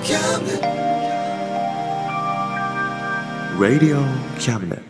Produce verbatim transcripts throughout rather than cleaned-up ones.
Radio Cabinet。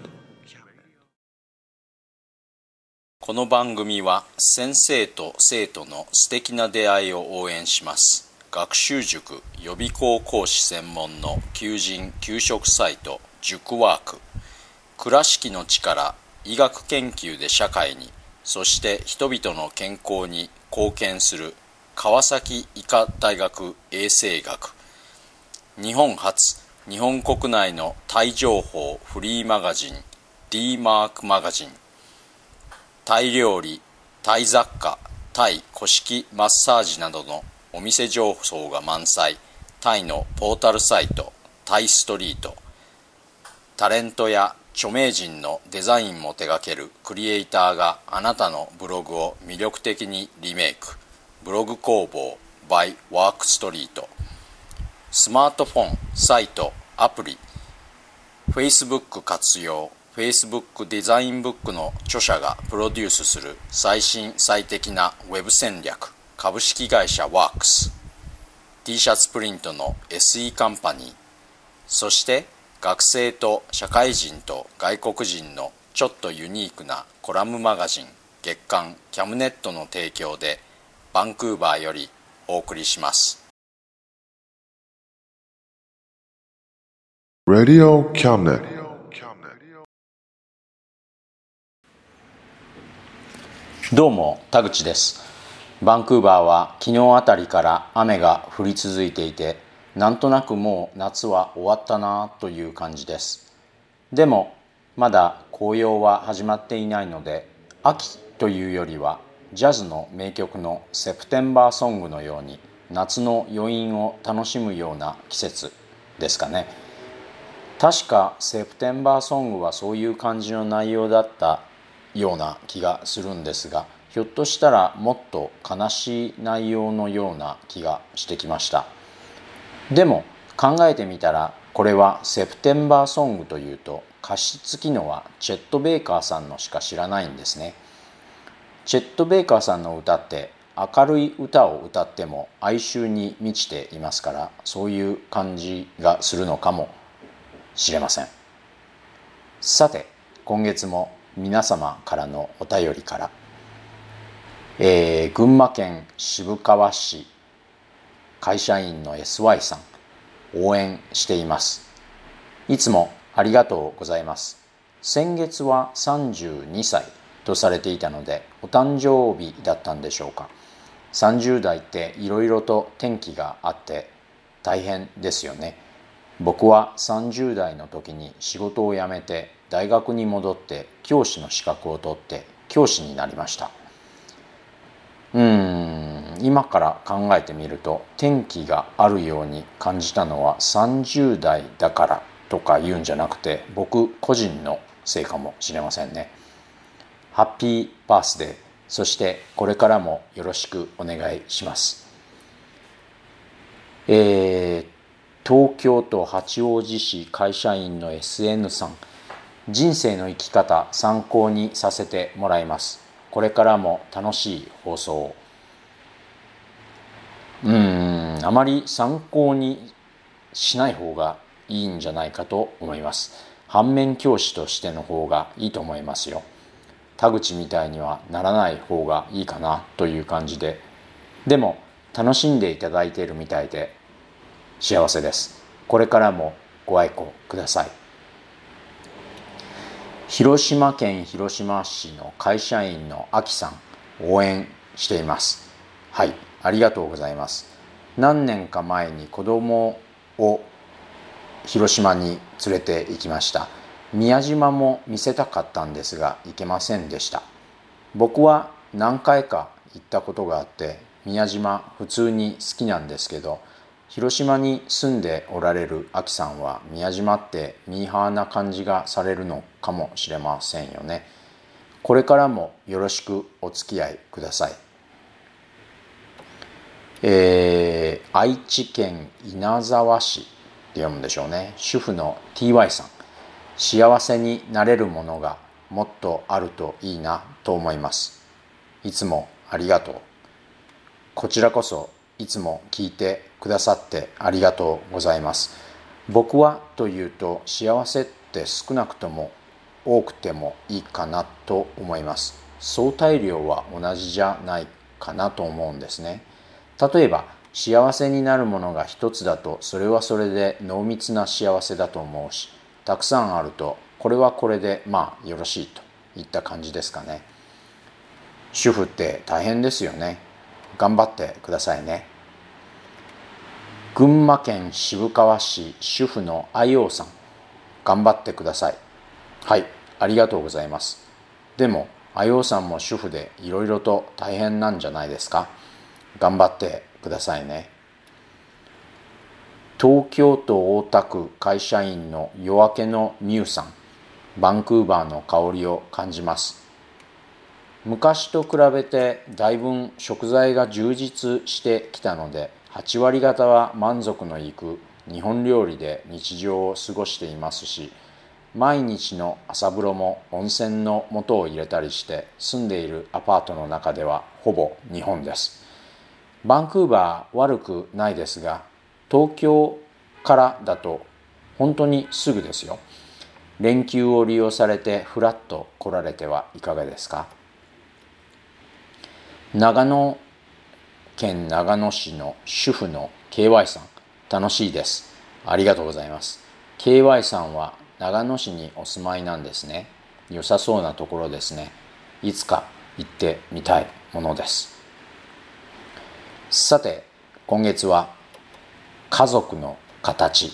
この番組は先生と生徒の素敵な出会いを応援します。学習塾予備校講師専門の求人・求職サイト塾ワーク。倉敷の力、医学研究で社会に、そして人々の健康に貢献する川崎医科大学衛生学。日本初、日本国内のタイ情報フリーマガジン D マークマガジン。タイ料理、タイ雑貨、タイ古式マッサージなどのお店情報が満載。タイのポータルサイトタイストリート。タレントや著名人のデザインも手掛けるクリエイターがあなたのブログを魅力的にリメイク。ブログ工房 by ワークストリート。スマートフォン、サイト、アプリ、Facebook 活用、Facebook デザインブックの著者がプロデュースする最新最適なウェブ戦略、株式会社ワークス。T シャツプリントの エスイー カンパニー。そして学生と社会人と外国人のちょっとユニークなコラムマガジン、月刊キャムネットの提供でバンクーバーよりお送りします。 Radio Cabinet。 どうも田口です。バンクーバーは昨日あたりから雨が降り続いていて、なんとなくもう夏は終わったなという感じです。でもまだ紅葉は始まっていないので、秋というよりはジャズの名曲のセプテンバーソングのように夏の余韻を楽しむような季節ですかね。確かセプテンバーソングはそういう感じの内容だったような気がするんですが、ひょっとしたらもっと悲しい内容のような気がしてきました。でも考えてみたら、これはセプテンバーソングというと歌詞付きのはチェット・ベイカーさんのしか知らないんですね。チェット・ベイカーさんの歌って明るい歌を歌っても哀愁に満ちていますから、そういう感じがするのかもしれません。さて今月も皆様からのお便りから、えー、群馬県渋川市会社員の エスワイ さん、応援しています。いつもありがとうございます。先月はさんじゅうにさいとされていたので、お誕生日だったんでしょうか。さんじゅう代っていろいろと転機があって大変ですよね。僕はさんじゅう代の時に仕事を辞めて大学に戻って教師の資格を取って教師になりました。うーん今から考えてみると、転機があるように感じたのはさんじゅう代だからとか言うんじゃなくて、僕個人のせいかもしれませんね。ハッピーバースデー、そしてこれからもよろしくお願いします。えー、東京都八王子市会社員の エスエヌ さん、人生の生き方参考にさせてもらいます。これからも楽しい放送を。うーんあまり参考にしない方がいいんじゃないかと思います。反面教師としての方がいいと思いますよ。田口みたいにはならない方がいいかなという感じで、でも楽しんでいただいているみたいで幸せです。これからもご愛顧ください。広島県広島市の会社員のあきさん、応援しています。はい、ありがとうございます。何年か前に子供を広島に連れて行きました。宮島も見せたかったんですが行けませんでした。僕は何回か行ったことがあって、宮島普通に好きなんですけど、広島に住んでおられるあきさんは宮島ってミーハーな感じがされるのかもしれませんよね。これからもよろしくお付き合いください。えー、愛知県稲沢市って読むんでしょうね。主婦の ティーワイ さん、幸せになれるものがもっとあるといいなと思います。いつもありがとう。こちらこそいつも聞いてくださってありがとうございます。僕はというと幸せって少なくとも多くてもいいかなと思います。相対量は同じじゃないかなと思うんですね。例えば幸せになるものが一つだとそれはそれで濃密な幸せだと思うし、たくさんあるとこれはこれでまあよろしいといった感じですかね。主婦って大変ですよね。頑張ってくださいね。群馬県渋川市主婦のあいおうさん、頑張ってください。はい、ありがとうございます。でもあいおうさんも主婦でいろいろと大変なんじゃないですか。頑張ってくださいね。東京都大田区会社員の夜明けのミュウさん、バンクーバーの香りを感じます。昔と比べてだいぶ食材が充実してきたので、はちわりがたは満足のいく日本料理で日常を過ごしていますし、毎日の朝風呂も温泉の素を入れたりして住んでいるアパートの中ではほぼ日本です。バンクーバー悪くないですが、東京からだと本当にすぐですよ。連休を利用されてフラッと来られてはいかがですか。長野県長野市の主婦の ケーワイ さん、楽しいです。ありがとうございます。ケーワイ さんは長野市にお住まいなんですね。良さそうなところですね。いつか行ってみたいものです。さて、今月は家族の形。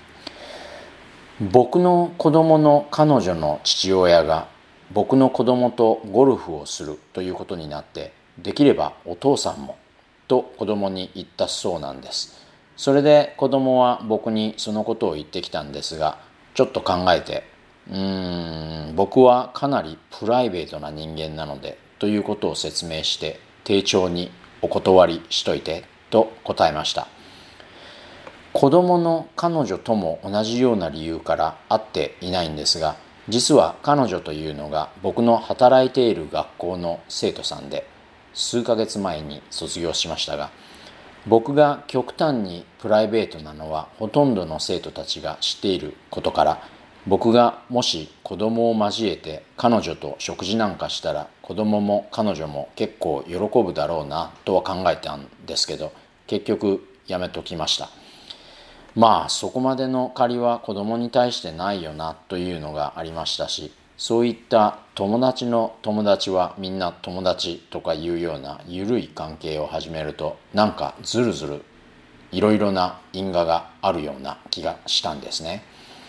僕の子供の彼女の父親が僕の子供とゴルフをするということになって、できればお父さんもと子供に言ったそうなんです。それで子供は僕にそのことを言ってきたんですが、ちょっと考えて、うーん、僕はかなりプライベートな人間なのでということを説明して、丁重にお断りしといてと答えました。子供の彼女とも同じような理由から会っていないんですが、実は彼女というのが僕の働いている学校の生徒さんで、数ヶ月前に卒業しましたが、僕が極端にプライベートなのはほとんどの生徒たちが知っていることから、僕がもし子供を交えて彼女と食事なんかしたら、子供も彼女も結構喜ぶだろうなとは考えたんですけど、結局やめときました。まあそこまでの借りは子供に対してないよなというのがありましたし、そういった友達の友達はみんな友達とかいうような緩い関係を始めると、なんかずるずるいろいろな因果があるような気がしたんですね。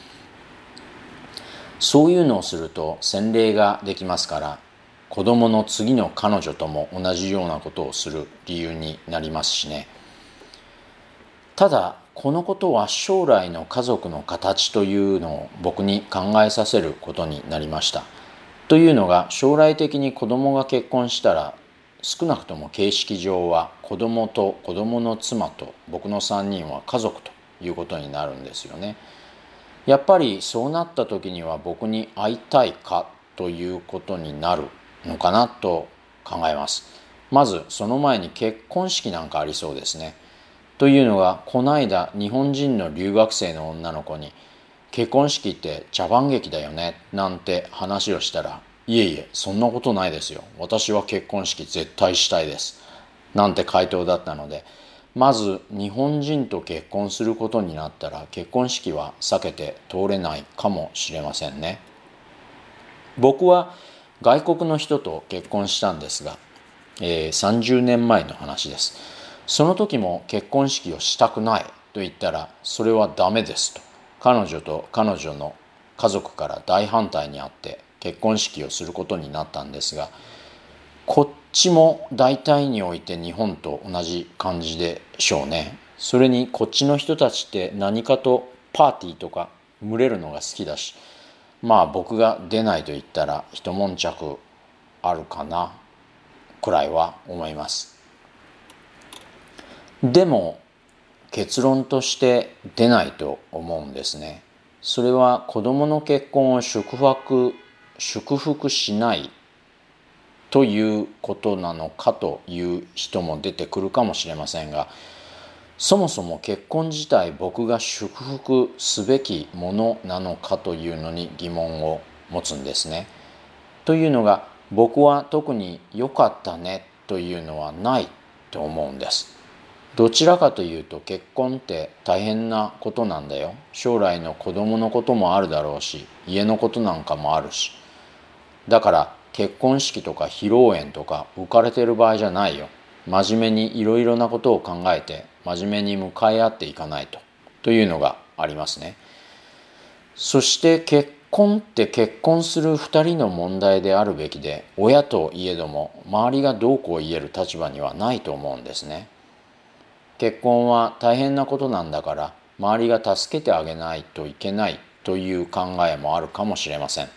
そういうのをすると洗礼ができますから、子供の次の彼女とも同じようなことをする理由になりますしね。ただこのことは将来の家族の形というのを僕に考えさせることになりました。というのが、将来的に子供が結婚したら、少なくとも形式上は子供と子供の妻と僕のさんにんは家族ということになるんですよね。やっぱりそうなった時には僕に会いたいかということになるのかなと考えます。まずその前に結婚式なんかありそうですね。というのが、この間日本人の留学生の女の子に、結婚式って茶番劇だよねなんて話をしたら、いえいえそんなことないですよ、私は結婚式絶対したいですなんて回答だったので、まず日本人と結婚することになったら結婚式は避けて通れないかもしれませんね。僕は外国の人と結婚したんですが、えー、さんじゅうねんまえの話です。その時も結婚式をしたくないと言ったら、それはダメですと彼女と彼女の家族から大反対にあって結婚式をすることになったんですが、こっちも大体において日本と同じ感じでしょうね。それにこっちの人たちって何かとパーティーとか群れるのが好きだし、まあ僕が出ないと言ったら一悶着あるかなくらいは思います。でも結論として出ないと思うんですね。それは子供の結婚を祝福祝福しないということなのかという人も出てくるかもしれませんが、そもそも結婚自体僕が祝福すべきものなのかというのに疑問を持つんですね。というのが、僕は特に良かったねというのはないと思うんです。どちらかというと、結婚って大変なことなんだよ。将来の子供のこともあるだろうし、家のことなんかもあるし。だから結婚式とか披露宴とか浮かれてる場合じゃないよ。真面目にいろいろなことを考えて真面目に向かい合っていかないとというのがありますね。そして結婚って結婚する二人の問題であるべきで、親といえども周りがどうこう言える立場にはないと思うんですね。結婚は大変なことなんだから周りが助けてあげないといけないという考えもあるかもしれません。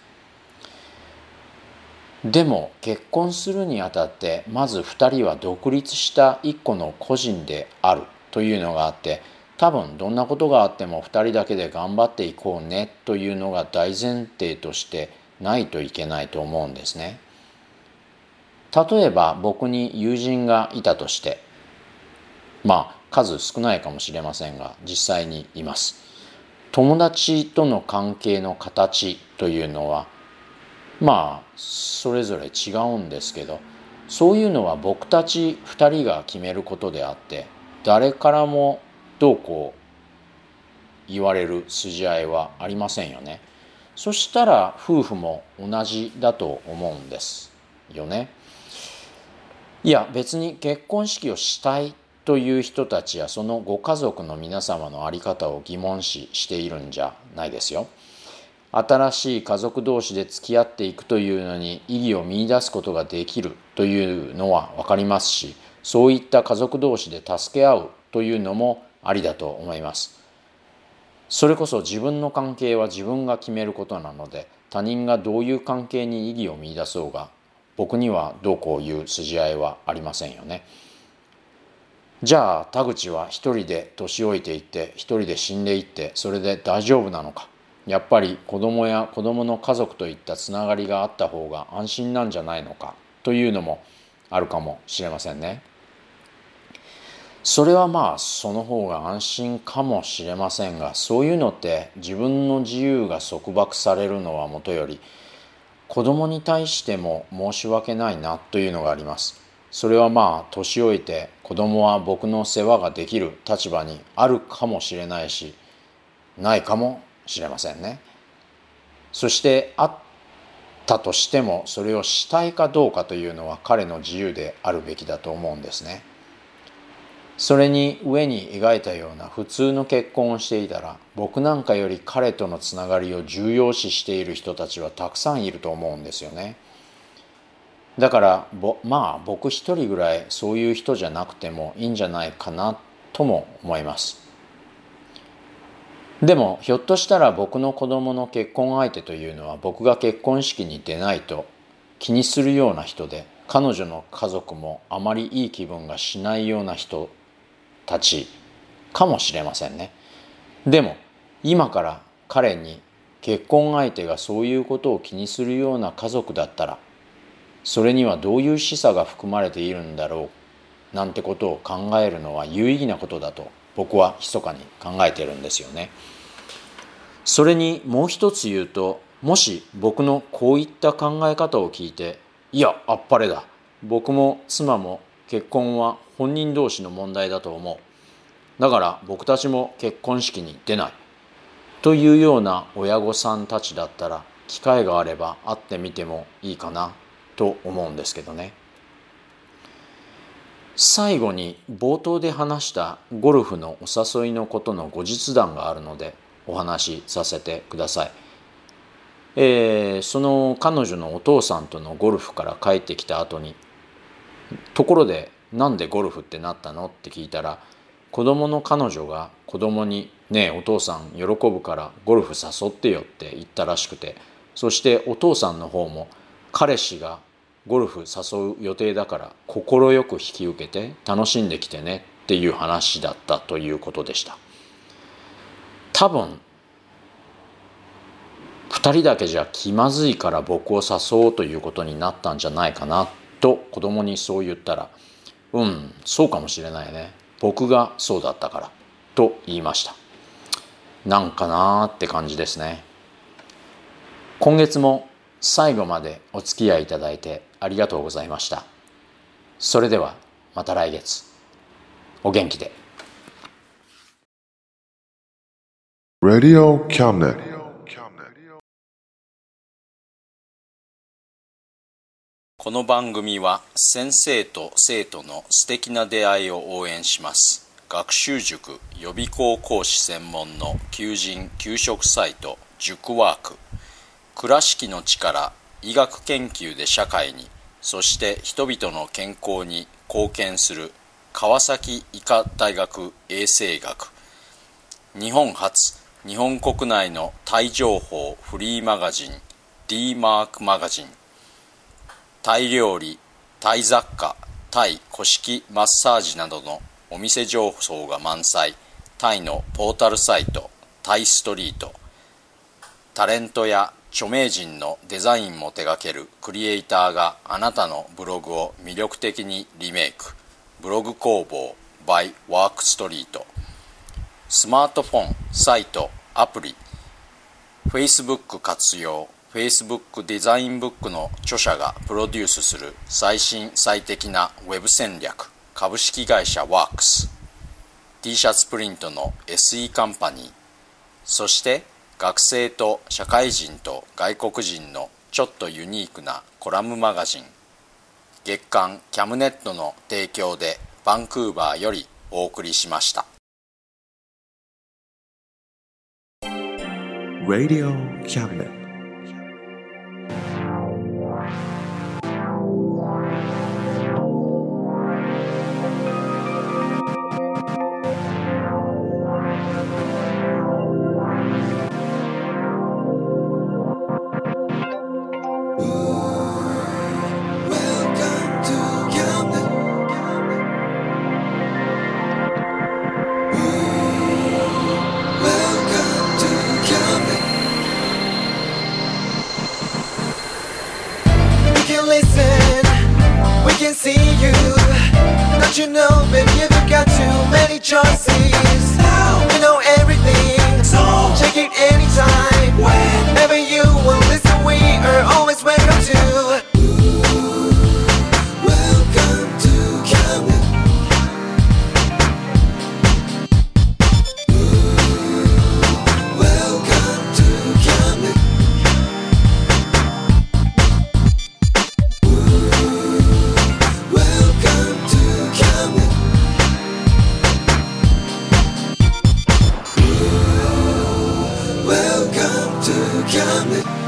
でも結婚するにあたってまずふたりは独立した一個の個人であるというのがあって、多分どんなことがあってもふたりだけで頑張っていこうねというのが大前提としてないといけないと思うんですね。例えば僕に友人がいたとして、まあ数少ないかもしれませんが実際にいます。友達との関係の形というのはまあそれぞれ違うんですけど、そういうのは僕たちふたりが決めることであって、誰からもどうこう言われる筋合いはありませんよね。そしたら夫婦も同じだと思うんですよね。いや別に結婚式をしたいという人たちやそのご家族の皆様の在り方を疑問視しているんじゃないですよ。新しい家族同士で付き合っていくというのに意義を見出すことができるというのは分かりますし、そういった家族同士で助け合うというのもありだと思います。それこそ自分の関係は自分が決めることなので、他人がどういう関係に意義を見出そうが僕にはどうこういう筋合いはありませんよね。じゃあ田口は一人で年老いていって一人で死んでいってそれで大丈夫なのか。やっぱり子供や子供の家族といったつながりがあった方が安心なんじゃないのかというのもあるかもしれませんね。それはまあその方が安心かもしれませんが、そういうのって自分の自由が束縛されるのはもとより、子供に対しても申し訳ないなというのがあります。それはまあ年老いて子供は僕の世話ができる立場にあるかもしれないし、ないかもしれませんね。そしてあったとしてもそれをしたいかどうかというのは彼の自由であるべきだと思うんですね。それに上に描いたような普通の結婚をしていたら、僕なんかより彼とのつながりを重要視している人たちはたくさんいると思うんですよね。だからぼまあ僕一人ぐらいそういう人じゃなくてもいいんじゃないかなとも思います。でもひょっとしたら僕の子供の結婚相手というのは僕が結婚式に出ないと気にするような人で、彼女の家族もあまりいい気分がしないような人たちかもしれませんね。でも今から彼に結婚相手がそういうことを気にするような家族だったら、それにはどういう示唆が含まれているんだろうなんてことを考えるのは有意義なことだと僕は密かに考えているんですよね。それにもう一つ言うと、もし僕のこういった考え方を聞いて、いやあっぱれだ、僕も妻も結婚は本人同士の問題だと思う、だから僕たちも結婚式に出ないというような親御さんたちだったら、機会があれば会ってみてもいいかなと思うんですけどね。最後に冒頭で話したゴルフのお誘いのことの後日談があるのでお話しさせてください。えー、その彼女のお父さんとのゴルフから帰ってきた後に、ところでなんでゴルフってなったのって聞いたら、子供の彼女が子供にねえお父さん喜ぶからゴルフ誘ってよって言ったらしくて、そしてお父さんの方も彼氏がゴルフ誘う予定だから快く引き受けて楽しんできてねっていう話だったということでした。多分ふたりだけじゃ気まずいから僕を誘おうということになったんじゃないかなと子供にそう言ったら、うん、そうかもしれないね。僕がそうだったからと言いました。なんかなーって感じですね。今月も最後までお付き合いいただいてありがとうございました。それではまた来月。お元気で。 Radio Cabinet。 この番組は先生と生徒の素敵な出会いを応援します。学習塾予備校講師専門の求人・求職サイト塾ワーク。倉敷の力、医学研究で社会に、そして人々の健康に貢献する川崎医科大学衛生学。日本初、日本国内のタイ情報フリーマガジン D マークマガジン。タイ料理、タイ雑貨、タイ古式マッサージなどのお店情報が満載。タイのポータルサイトタイストリート。タレントや著名人のデザインも手掛けるクリエイターがあなたのブログを魅力的にリメイク。ブログ工房 by ワークストリート。スマートフォン、サイト、アプリ、Facebook 活用。Facebook デザインブックの著者がプロデュースする最新最適なウェブ戦略。株式会社ワークス。 T シャツプリントの エスイー カンパニー。そして学生と社会人と外国人のちょっとユニークなコラムマガジン。月刊キャムネットの提供でバンクーバーよりお送りしました。 Radio Cabinet。 You know, baby, you've got too many choices. You know everything, so check it anytime. Whenever you will listen, we are always welcome to. Welcome to Camden. Welcome to Camden. Welcome to Camden.